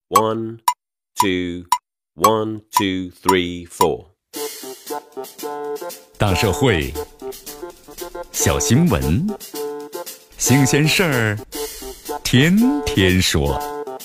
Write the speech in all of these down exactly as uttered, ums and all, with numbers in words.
One, two, one, two, three, four。 大社会，小新闻，新鲜事儿，天天说。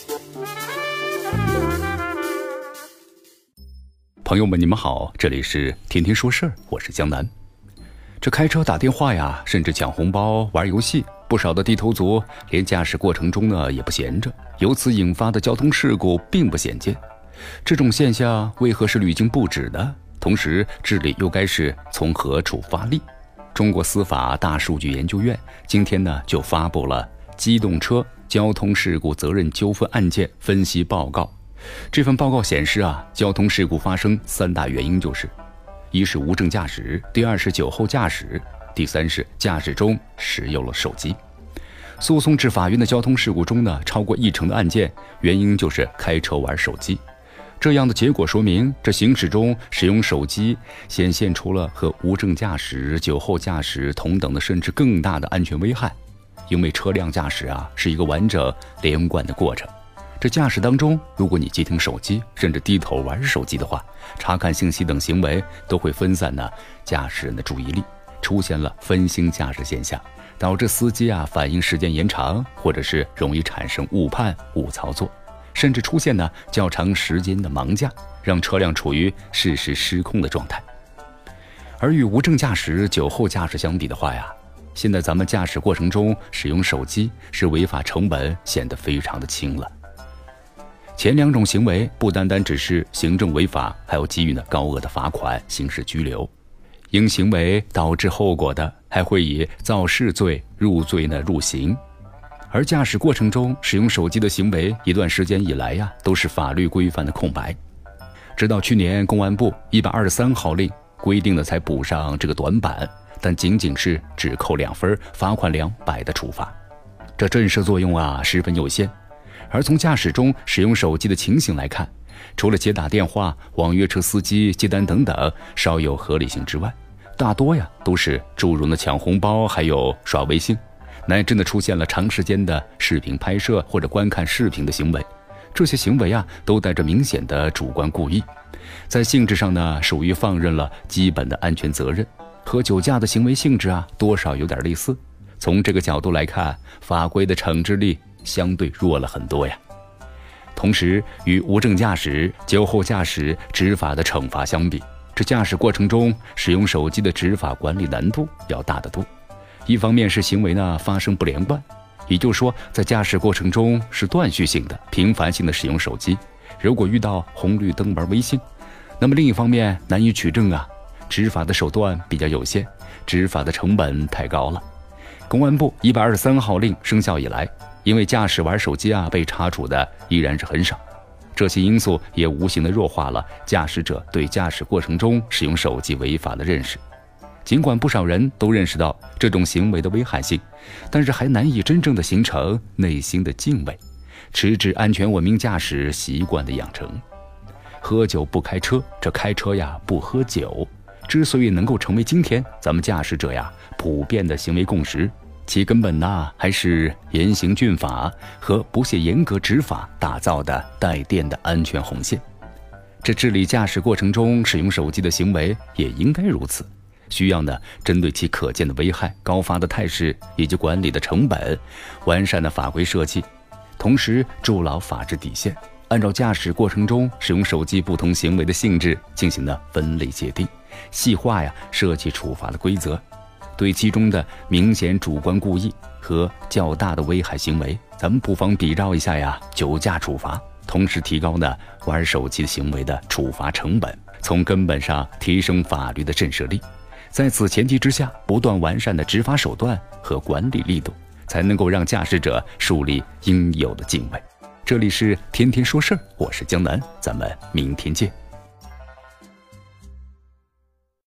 朋友们，你们好，这里是天天说事儿，我是江南。这开车打电话呀，甚至抢红包、玩游戏，不少的低头族连驾驶过程中呢也不闲着，由此引发的交通事故并不鲜见。这种现象为何是屡禁不止呢？同时，治理又该是从何处发力？中国司法大数据研究院今天呢就发布了机动车交通事故责任纠纷案件分析报告。这份报告显示啊，交通事故发生三大原因就是：一是无证驾驶，第二是酒后驾驶，第三是驾驶中使用了手机。诉讼至法院的交通事故中呢，超过一成的案件原因就是开车玩手机。这样的结果说明，这行驶中使用手机显现出了和无证驾驶、酒后驾驶同等的甚至更大的安全危害。因为车辆驾驶啊是一个完整连贯的过程。这驾驶当中，如果你接听手机，甚至低头玩手机的话，查看信息等行为都会分散呢驾驶人的注意力，出现了分心驾驶现象，导致司机啊反应时间延长，或者是容易产生误判、误操作，甚至出现呢较长时间的盲驾，让车辆处于适时失控的状态。而与无证驾驶、酒后驾驶相比的话呀，现在咱们驾驶过程中使用手机是违法成本显得非常的轻了。前两种行为不单单只是行政违法，还要给予呢高额的罚款、刑事拘留。因行为导致后果的，还会以肇事罪入罪呢入刑。而驾驶过程中使用手机的行为，一段时间以来呀，都是法律规范的空白。直到去年公安部一百二十三号令规定的才补上这个短板，但仅仅是只扣两分、罚款两百的处罚，这震慑作用啊十分有限。而从驾驶中使用手机的情形来看，除了接打电话、网约车司机接单等等稍有合理性之外，大多呀都是诸如呢抢红包，还有刷微信，乃至呢出现了长时间的视频拍摄或者观看视频的行为。这些行为啊都带着明显的主观故意，在性质上呢属于放任了基本的安全责任，和酒驾的行为性质啊多少有点类似。从这个角度来看，法规的惩治力相对弱了很多呀。同时，与无证驾驶、酒后驾驶执法的惩罚相比，这驾驶过程中使用手机的执法管理难度要大得多。一方面是行为呢发生不连贯，也就是说在驾驶过程中是断续性的、频繁性的使用手机，如果遇到红绿灯玩微信，那么另一方面难以取证啊，执法的手段比较有限，执法的成本太高了。公安部一百二十三号令生效以来，因为驾驶玩手机啊被查处的依然是很少，这些因素也无形地弱化了驾驶者对驾驶过程中使用手机违法的认识。尽管不少人都认识到这种行为的危害性，但是还难以真正的形成内心的敬畏，迟滞安全文明驾驶习惯的养成。喝酒不开车，这开车呀不喝酒，之所以能够成为今天咱们驾驶者呀普遍的行为共识，其根本呢还是严刑峻法和不懈严格执法打造的带电的安全红线。这治理驾驶过程中使用手机的行为也应该如此，需要呢针对其可见的危害、高发的态势以及管理的成本，完善的法规设计，同时筑牢法治底线，按照驾驶过程中使用手机不同行为的性质进行呢分类界定，细化呀设计处罚的规则。对其中的明显主观故意和较大的危害行为，咱们不妨比照一下呀酒驾处罚，同时提高呢玩手机行为的处罚成本，从根本上提升法律的震慑力。在此前提之下，不断完善的执法手段和管理力度，才能够让驾驶者树立应有的敬畏。这里是天天说事儿，我是江南，咱们明天见。